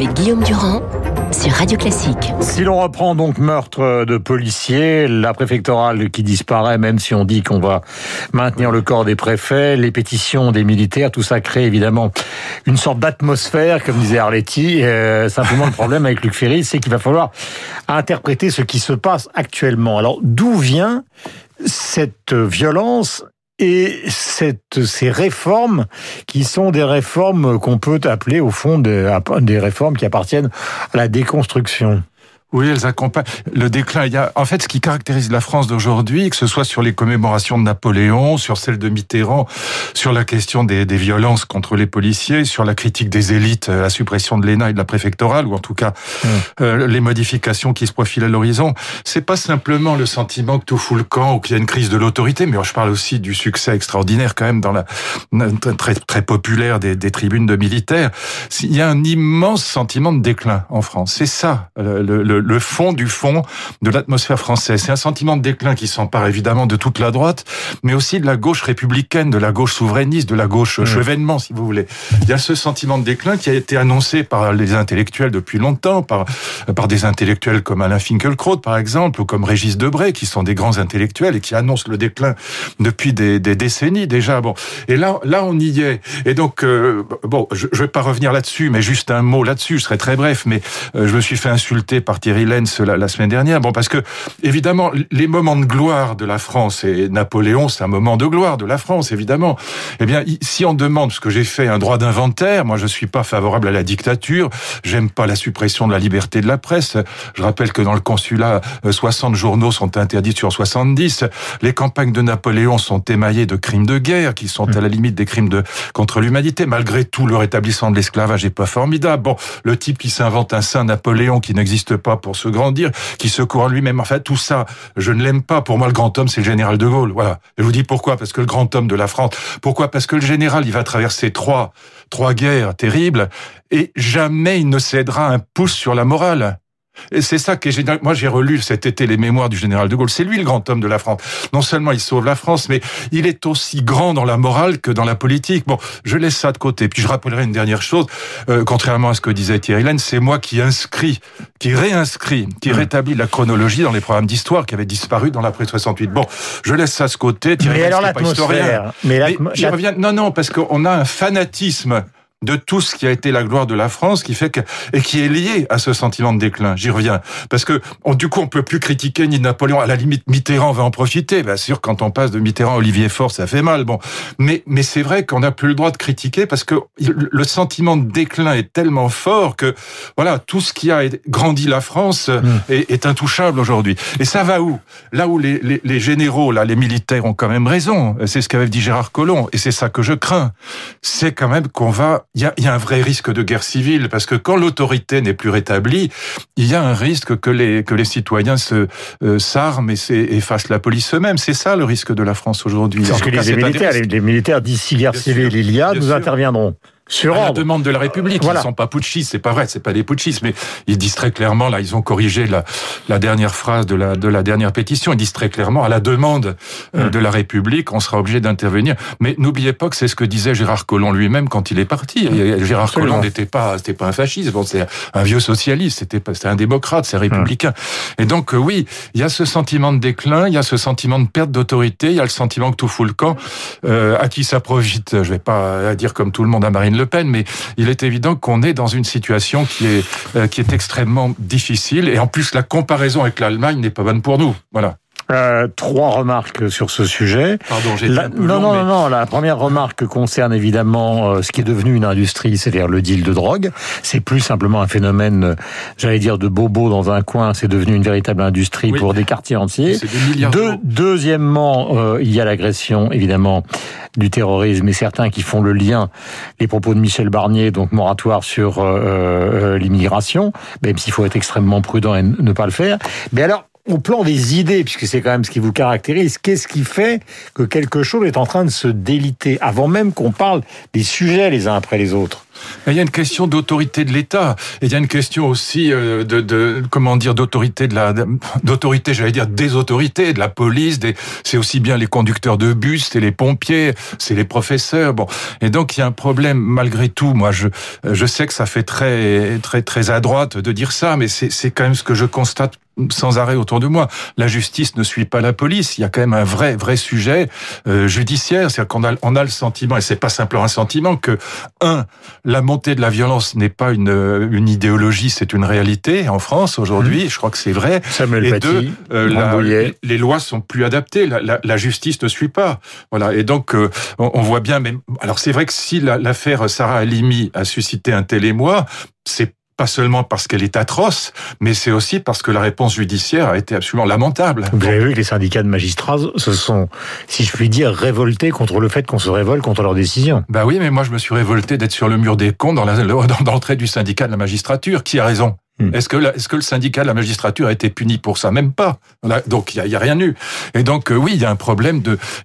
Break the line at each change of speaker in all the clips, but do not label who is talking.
avec Guillaume Durand sur Radio Classique.
Si l'on reprend donc meurtre de policiers, la préfectorale qui disparaît, même si on dit qu'on va maintenir le corps des préfets, les pétitions des militaires, tout ça crée évidemment une sorte d'atmosphère, comme disait Arletty. Simplement le problème avec Luc Ferry, c'est qu'il va falloir interpréter ce qui se passe actuellement. Alors d'où vient cette violence et ces réformes qui sont des réformes qu'on peut appeler au fond des réformes qui appartiennent à la déconstruction?
Oui, elles accompagnent le déclin. Il y a, en fait, ce qui caractérise la France d'aujourd'hui, que ce soit sur les commémorations de Napoléon, sur celles de Mitterrand, sur la question des violences contre les policiers, sur la critique des élites, la suppression de l'ENA et de la préfectorale, ou en tout cas, les modifications qui se profilent à l'horizon. C'est pas simplement le sentiment que tout fout le camp ou qu'il y a une crise de l'autorité, mais je parle aussi du succès extraordinaire quand même dans la, très, très populaire des tribunes de militaires. Il y a un immense sentiment de déclin en France. C'est ça, le fond du fond de l'atmosphère française. C'est un sentiment de déclin qui s'empare évidemment de toute la droite, mais aussi de la gauche républicaine, de la gauche souverainiste, de la gauche chevènement, si vous voulez. Il y a ce sentiment de déclin qui a été annoncé par les intellectuels depuis longtemps, par des intellectuels comme Alain Finkielkraut, par exemple, ou comme Régis Debray, qui sont des grands intellectuels et qui annoncent le déclin depuis des décennies déjà. Bon, et là, on y est. Et donc, je vais pas revenir là-dessus, mais juste un mot là-dessus. Je serai très bref, mais je me suis fait insulter par Thierry Lenz la semaine dernière. Bon, parce que, évidemment, les moments de gloire de la France, et Napoléon, c'est un moment de gloire de la France, évidemment. Eh bien, si on demande ce que j'ai fait, un droit d'inventaire, moi, je suis pas favorable à la dictature, j'aime pas la suppression de la liberté de la presse. Je rappelle que dans le consulat, 60 journaux sont interdits sur 70. Les campagnes de Napoléon sont émaillées de crimes de guerre, qui sont à la limite des crimes contre l'humanité. Malgré tout, le rétablissement de l'esclavage est pas formidable. Bon, le type qui s'invente un saint Napoléon qui n'existe pas pour se grandir, qui se court en lui-même. Enfin, tout ça, je ne l'aime pas. Pour moi, le grand homme, c'est le général de Gaulle. Voilà. Je vous dis pourquoi. Parce que le grand homme de la France. Pourquoi? Parce que le général, il va traverser trois guerres terribles et jamais il ne cédera un pouce sur la morale. Et c'est ça qui est génial. Moi, j'ai relu cet été les mémoires du général de Gaulle. C'est lui le grand homme de la France. Non seulement il sauve la France, mais il est aussi grand dans la morale que dans la politique. Bon, je laisse ça de côté. Puis je rappellerai une dernière chose. Contrairement à ce que disait Thierry Lenz, c'est moi qui réinscrit, qui rétablit la chronologie dans les programmes d'histoire qui avaient disparu dans l'après 68. Bon, je laisse ça de côté. Thierry Lenz n'est pas historien. Mais j'y reviens. Non, parce qu'on a un fanatisme de tout ce qui a été la gloire de la France, qui est lié à ce sentiment de déclin. J'y reviens. Parce que, du coup, on peut plus critiquer ni Napoléon. À la limite, Mitterrand va en profiter. Bien sûr, quand on passe de Mitterrand à Olivier Faure, ça fait mal. Bon. Mais c'est vrai qu'on n'a plus le droit de critiquer parce que le sentiment de déclin est tellement fort que, voilà, tout ce qui a grandi la France est intouchable aujourd'hui. Et ça va où? Là où les généraux, là, les militaires ont quand même raison. C'est ce qu'avait dit Gérard Collomb. Et c'est ça que je crains. C'est quand même il y a un vrai risque de guerre civile, parce que quand l'autorité n'est plus rétablie, il y a un risque que les citoyens s'arment et fassent la police eux-mêmes. C'est ça le risque de la France aujourd'hui.
C'est ce que les militaires disent, si guerre civile il y a, nous interviendrons.
Sur la demande de la République. Voilà. Ils ne sont pas putschistes, c'est pas vrai, c'est pas des putschistes, mais ils disent très clairement, là, ils ont corrigé la dernière phrase de la dernière pétition, ils disent très clairement, à la demande de la République, on sera obligé d'intervenir. Mais n'oubliez pas que c'est ce que disait Gérard Collomb lui-même quand il est parti. Gérard Collomb n'était pas un fasciste, bon, c'est un vieux socialiste, c'était un démocrate, c'est républicain. Et donc, oui, il y a ce sentiment de déclin, il y a ce sentiment de perte d'autorité, il y a le sentiment que tout fout le camp, à qui ça profite, je vais pas dire comme tout le monde à Marine Le Pen, mais il est évident qu'on est dans une situation qui est extrêmement difficile, et en plus la comparaison avec l'Allemagne n'est pas bonne pour nous. Voilà.
3 remarques sur ce sujet.
Pardon, j'ai été un peu long.
Non. La première remarque concerne évidemment ce qui est devenu une industrie, c'est-à-dire le deal de drogue. C'est plus simplement un phénomène, j'allais dire, de bobo dans un coin. C'est devenu une véritable industrie pour des quartiers entiers.
C'est des milliards d'euros.
Deuxièmement, il y a l'agression, évidemment, du terrorisme, et certains qui font le lien, les propos de Michel Barnier, donc moratoire sur l'immigration, même s'il faut être extrêmement prudent et ne pas le faire. Mais alors, au plan des idées, puisque c'est quand même ce qui vous caractérise, qu'est-ce qui fait que quelque chose est en train de se déliter, avant même qu'on parle des sujets les uns après les autres?
Il y a une question d'autorité de l'État, et il y a une question aussi d'autorité d'autorité, j'allais dire des autorités, de la police, c'est aussi bien les conducteurs de bus, c'est les pompiers, c'est les professeurs. Bon, et donc il y a un problème malgré tout. Moi, je sais que ça fait très très très à droite de dire ça, mais c'est quand même ce que je constate sans arrêt autour de moi. La justice ne suit pas la police. Il y a quand même un vrai sujet judiciaire. C'est-à-dire qu'on a le sentiment, et c'est pas simplement un sentiment, que la montée de la violence n'est pas une idéologie, c'est une réalité en France aujourd'hui. Je crois que c'est vrai.
Samuel
et
Paty,
les lois sont plus adaptées. La justice ne suit pas. Voilà. Et donc on voit bien. Mais alors c'est vrai que si l'affaire Sarah Halimi a suscité un tel émoi, c'est pas seulement parce qu'elle est atroce, mais c'est aussi parce que la réponse judiciaire a été absolument lamentable.
Vous avez vu que les syndicats de magistrats se sont, si je puis dire, révoltés contre le fait qu'on se révolte contre leurs décisions.
Bah oui, mais moi je me suis révolté d'être sur le mur des cons dans l'entrée du syndicat de la magistrature. Qui a raison ? Est-ce que le syndicat de la magistrature a été puni pour ça? Même pas. Donc il y a rien eu. Et donc oui, il y a un problème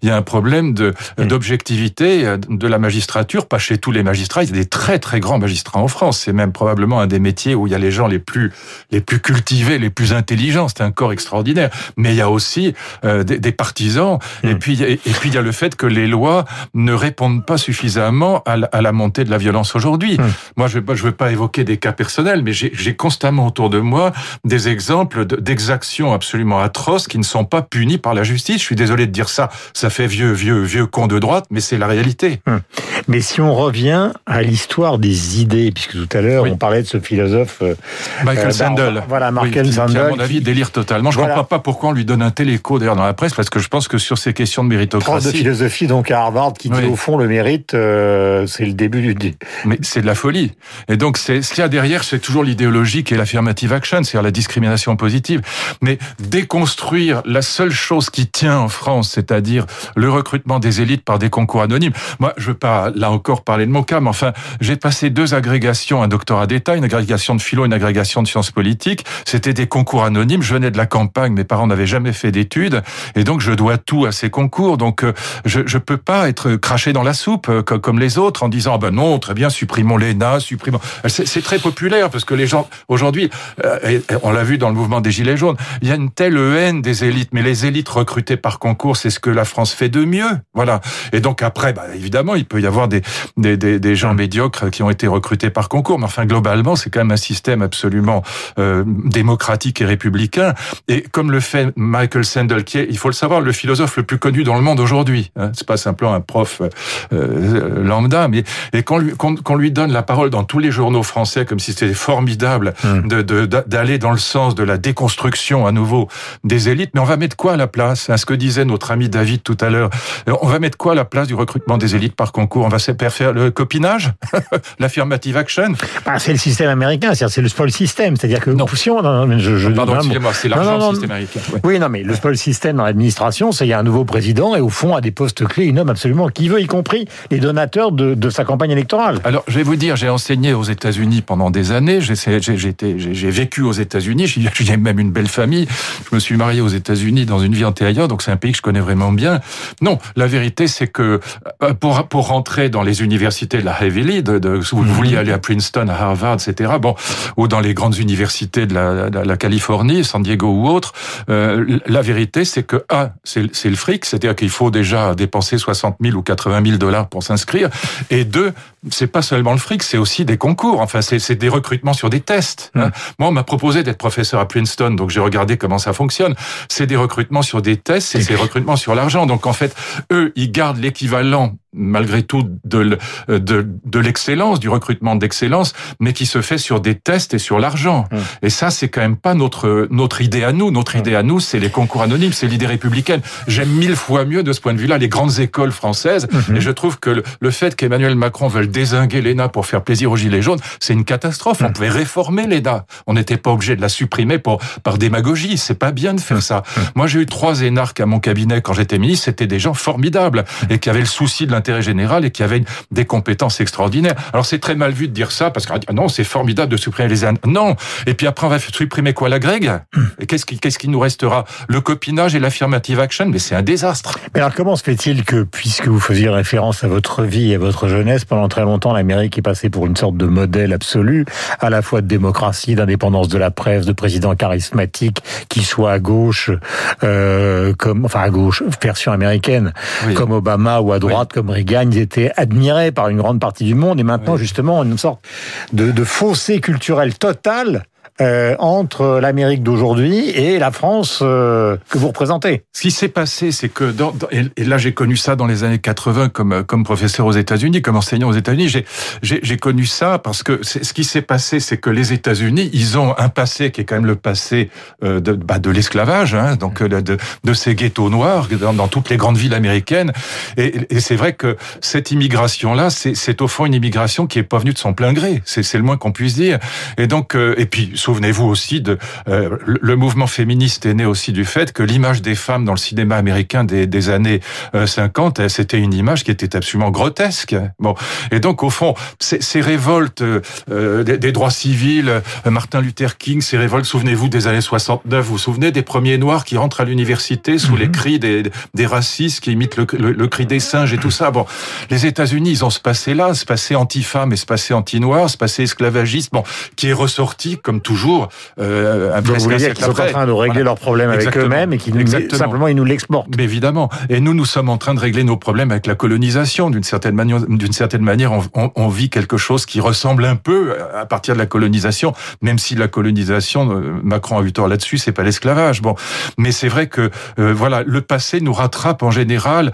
d'objectivité de la magistrature, pas chez tous les magistrats. Il y a des très très grands magistrats en France. C'est même probablement un des métiers où il y a les gens les plus cultivés, les plus intelligents. C'est un corps extraordinaire. Mais il y a aussi des partisans. Et puis il y a le fait que les lois ne répondent pas suffisamment à la montée de la violence aujourd'hui. Moi, je veux pas évoquer des cas personnels, mais j'ai constamment autour de moi des exemples d'exactions absolument atroces qui ne sont pas punies par la justice. Je suis désolé de dire ça, ça fait vieux con de droite, mais c'est la réalité.
Mais si on revient à l'histoire des idées, puisque tout à l'heure on parlait de ce philosophe
Michael Sandel.
Voilà, Michael Sandel.
Qui, à mon avis, délire totalement. Je ne comprends pas pourquoi on lui donne un tel écho d'ailleurs dans la presse, parce que je pense que sur ces questions de méritocratie...
Prof de philosophie donc à Harvard, qui dit au fond le mérite, c'est le début du...
Mais c'est de la folie. Et donc ce qu'il y a derrière, c'est toujours l'idéologie qui est l'affirmative action, c'est-à-dire la discrimination positive. Mais déconstruire la seule chose qui tient en France, c'est-à-dire le recrutement des élites par des concours anonymes. Moi, je veux pas, là encore, parler de mon cas, mais enfin, j'ai passé 2 agrégations, un doctorat d'État, une agrégation de philo, une agrégation de sciences politiques. C'était des concours anonymes. Je venais de la campagne, mes parents n'avaient jamais fait d'études, et donc je dois tout à ces concours. Donc, je peux pas être craché dans la soupe comme les autres en disant, ben non, très bien, supprimons l'ENA, supprimons... C'est très populaire, parce que les gens, aujourd'hui, on l'a vu dans le mouvement des Gilets jaunes, il y a une telle haine des élites, mais les élites recrutées par concours, c'est ce que la France fait de mieux. Voilà. Et donc après, évidemment, il peut y avoir des gens médiocres qui ont été recrutés par concours, mais enfin, globalement, c'est quand même un système absolument démocratique et républicain. Et comme le fait Michael Sandel, qui est, il faut le savoir, le philosophe le plus connu dans le monde aujourd'hui. C'est pas simplement un prof lambda, mais et qu'on lui donne la parole dans tous les journaux français, comme si c'était formidable d'aller dans le sens de la déconstruction à nouveau des élites. Mais on va mettre quoi à la place? Ce que disait notre ami David tout à l'heure. On va mettre quoi à la place du recrutement des élites par concours? On va faire le copinage? L'affirmative action?
C'est le système américain, c'est le spoil system. C'est-à-dire que
non.
Pardon,
excusez-moi, c'est l'argent système américain.
Oui, non, mais le spoil system dans l'administration, c'est il y a un nouveau président et au fond, à des postes clés, il nomme absolument qui veut, y compris les donateurs de sa campagne électorale.
Alors, je vais vous dire, j'ai enseigné aux États-Unis pendant des années. J'ai vécu aux États-Unis. J'ai même une belle famille. Je me suis marié aux États-Unis dans une vie antérieure, donc c'est un pays que je connais vraiment bien. Non, la vérité, c'est que pour rentrer dans les universités de la Ivy League, vous vouliez aller à Princeton, à Harvard, etc. Bon, ou dans les grandes universités de la Californie, San Diego ou autres. La vérité, c'est que c'est le fric, c'est-à-dire qu'il faut déjà dépenser 60 000 ou 80 000 $ pour s'inscrire. Et 2, c'est pas seulement le fric, c'est aussi des concours. Enfin, c'est des recrutements sur des tests. Moi, on m'a proposé d'être professeur à Princeton, donc j'ai regardé comment ça fonctionne. C'est des recrutements sur des tests, c'est des recrutements sur l'argent. Donc en fait, eux, ils gardent l'équivalent malgré tout de l'excellence, du recrutement d'excellence, mais qui se fait sur des tests et sur l'argent. Et ça, c'est quand même pas notre idée à nous. Notre idée à nous, c'est les concours anonymes, c'est l'idée républicaine. J'aime 1000 fois mieux de ce point de vue-là les grandes écoles françaises. Et je trouve que le fait qu'Emmanuel Macron veuille dézinguer l'ENA pour faire plaisir aux Gilets jaunes, c'est une catastrophe. On pouvait réformer l'ENA. On n'était pas obligé de la supprimer par démagogie. C'est pas bien de faire ça. Moi, j'ai eu 3 énarques à mon cabinet quand j'étais ministre. C'était des gens formidables et qui avaient le souci de l'intérêt général et qui avait des compétences extraordinaires. Alors c'est très mal vu de dire ça parce que non, c'est formidable de supprimer les non. Et puis après on va supprimer quoi, la grègue? Et qu'est-ce qui nous restera? Le copinage et l'affirmative action, mais c'est un désastre.
Mais alors comment se fait-il que, puisque vous faisiez référence à votre vie et à votre jeunesse, pendant très longtemps l'Amérique est passée pour une sorte de modèle absolu, à la fois de démocratie, d'indépendance de la presse, de président charismatique, qui soit à gauche, à gauche, version américaine, oui, comme Obama, ou à droite, oui, comme Reagan, ils étaient admirés par une grande partie du monde, et maintenant, oui, justement, une sorte de fossé culturel total entre l'Amérique d'aujourd'hui et la France que vous représentez.
Ce qui s'est passé, c'est que et là j'ai connu ça dans les années 80 comme professeur aux États-Unis, comme enseignant aux États-Unis. J'ai connu ça parce que ce qui s'est passé, c'est que les États-Unis, ils ont un passé qui est quand même le passé de l'esclavage, hein, donc de ces ghettos noirs dans toutes les grandes villes américaines. Et c'est vrai que cette immigration-là, c'est au fond une immigration qui est pas venue de son plein gré. C'est le moins qu'on puisse dire. Et donc et puis souvenez-vous aussi le mouvement féministe est né aussi du fait que l'image des femmes dans le cinéma américain des années 50, c'était une image qui était absolument grotesque. Bon, et donc au fond, ces révoltes des droits civils, Martin Luther King, ces révoltes, souvenez-vous des années 69, vous vous souvenez des premiers noirs qui rentrent à l'université sous les cris des racistes qui imitent le cri des singes et tout ça. Bon, les États-Unis, ils ont ce passé-là, ce passé anti-femme et ce passé anti-noir, ce passé esclavagiste, bon, qui est ressorti comme toujours.
Donc vous voulez dire qu'ils sont en train de régler leurs problèmes avec eux-mêmes et qu'ils simplement ils nous l'exportent.
Mais évidemment. Et nous sommes en train de régler nos problèmes avec la colonisation. D'une certaine manière, on vit quelque chose qui ressemble un peu à partir de la colonisation, même si la colonisation, Macron a eu tort là-dessus, c'est pas l'esclavage. Bon, mais c'est vrai que voilà, le passé nous rattrape en général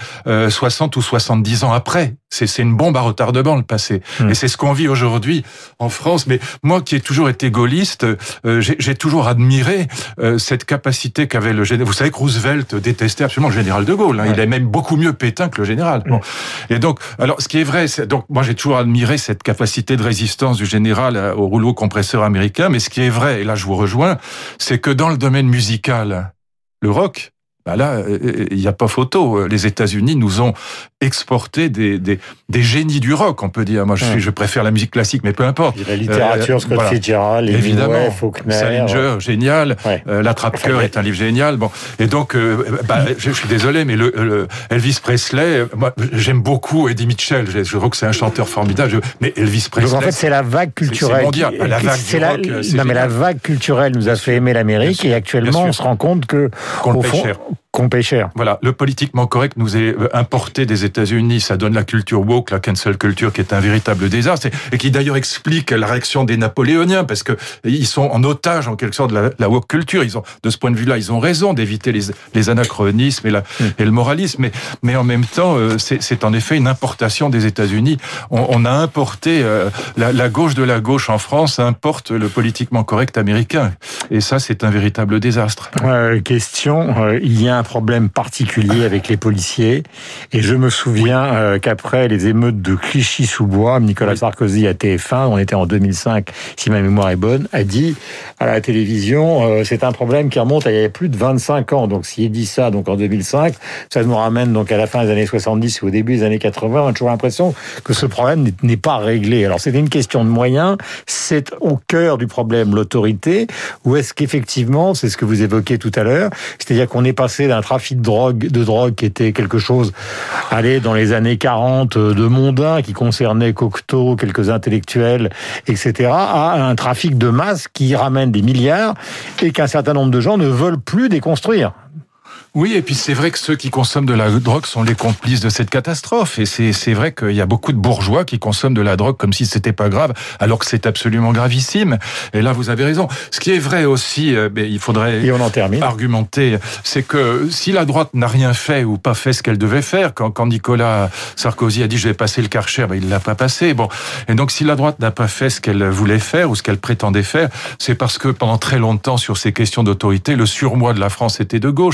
60 ou 70 ans après. C'est une bombe à retardement, le passé. Et c'est ce qu'on vit aujourd'hui en France. Mais moi qui ai toujours été gaulliste, j'ai toujours admiré cette capacité qu'avait le général. Vous savez que Roosevelt détestait absolument le général de Gaulle. Hein. Ouais. Il est même beaucoup mieux Pétain que le général. Bon. Et donc, alors, ce qui est vrai, donc moi j'ai toujours admiré cette capacité de résistance du général au rouleau compresseur américain. Mais ce qui est vrai, et là je vous rejoins, c'est que dans le domaine musical, le rock, bah là, il n'y a pas photo. Les États-Unis nous ont exporté des génies du rock, on peut dire. Moi, je préfère la musique classique, mais peu importe.
La littérature, Scott Fitzgerald,
évidemment,
Faulkner,
Salinger, génial. Ouais. L'Attrape-cœur est un livre génial. Bon, et donc, je suis désolé, mais le Elvis Presley, moi, j'aime beaucoup Eddie Mitchell. Je trouve que c'est un chanteur formidable. Mais Elvis Presley.
Donc en fait, c'est la vague culturelle.
C'est mondial. La vague du rock.
Non, mais la vague culturelle nous a fait aimer l'Amérique, et actuellement, on se rend compte
qu'on le paye cher.
Qu'on paye cher.
Voilà, le politiquement correct nous est importé des États-Unis. Ça donne la culture woke, la cancel culture, qui est un véritable désastre et qui d'ailleurs explique la réaction des Napoléoniens, parce que ils sont en otage en quelque sorte de la woke culture. Ils ont, de ce point de vue-là, ils ont raison d'éviter les anachronismes et le moralisme. Mais en même temps, c'est en effet une importation des États-Unis. On a importé la gauche de la gauche en France importe le politiquement correct américain. Et ça, c'est un véritable désastre.
Question, il y a un problème particulier avec les policiers, et je me souviens qu'après les émeutes de Clichy-sous-Bois, Nicolas Sarkozy à TF1, on était en 2005, si ma mémoire est bonne, a dit à la télévision, c'est un problème qui remonte à il y a plus de 25 ans. Donc s'il dit ça donc en 2005, ça nous ramène donc à la fin des années 70 ou au début des années 80. On a toujours l'impression que ce problème n'est pas réglé. Alors c'était une question de moyens, c'est au cœur du problème l'autorité, ou est-ce qu'effectivement, c'est ce que vous évoquiez tout à l'heure, c'est-à-dire qu'on est passé d'un trafic de drogue qui était quelque chose, dans les années 40, de mondain, qui concernait Cocteau, quelques intellectuels, etc., à un trafic de masse qui ramène des milliards et qu'un certain nombre de gens ne veulent plus déconstruire.
Oui, et puis c'est vrai que ceux qui consomment de la drogue sont les complices de cette catastrophe. Et c'est vrai qu'il y a beaucoup de bourgeois qui consomment de la drogue comme si c'était pas grave, alors que c'est absolument gravissime. Et là, vous avez raison. Ce qui est vrai aussi, il faudrait argumenter, c'est que si la droite n'a rien fait ou pas fait ce qu'elle devait faire, quand Nicolas Sarkozy a dit « je vais passer le Karcher », il l'a pas passé. Bon, et donc si la droite n'a pas fait ce qu'elle voulait faire ou ce qu'elle prétendait faire, c'est parce que pendant très longtemps, sur ces questions d'autorité, le surmoi de la France était de gauche, et que chaque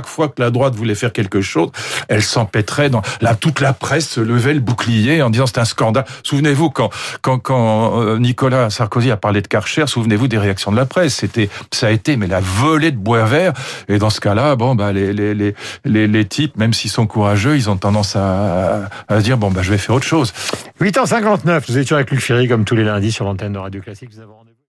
chaque fois que la droite voulait faire quelque chose, elle s'empêtrait dans toute la presse se levait le bouclier en disant c'est un scandale. Souvenez-vous quand Nicolas Sarkozy a parlé de Karcher, souvenez-vous des réactions de la presse. Ça a été mais la volée de bois vert. Et dans ce cas-là, les types, même s'ils sont courageux, ils ont tendance à se dire je vais faire autre chose.
8h59, nous étions avec Luc Ferry comme tous les lundis sur l'antenne de Radio Classique. Nous avons rendez-vous.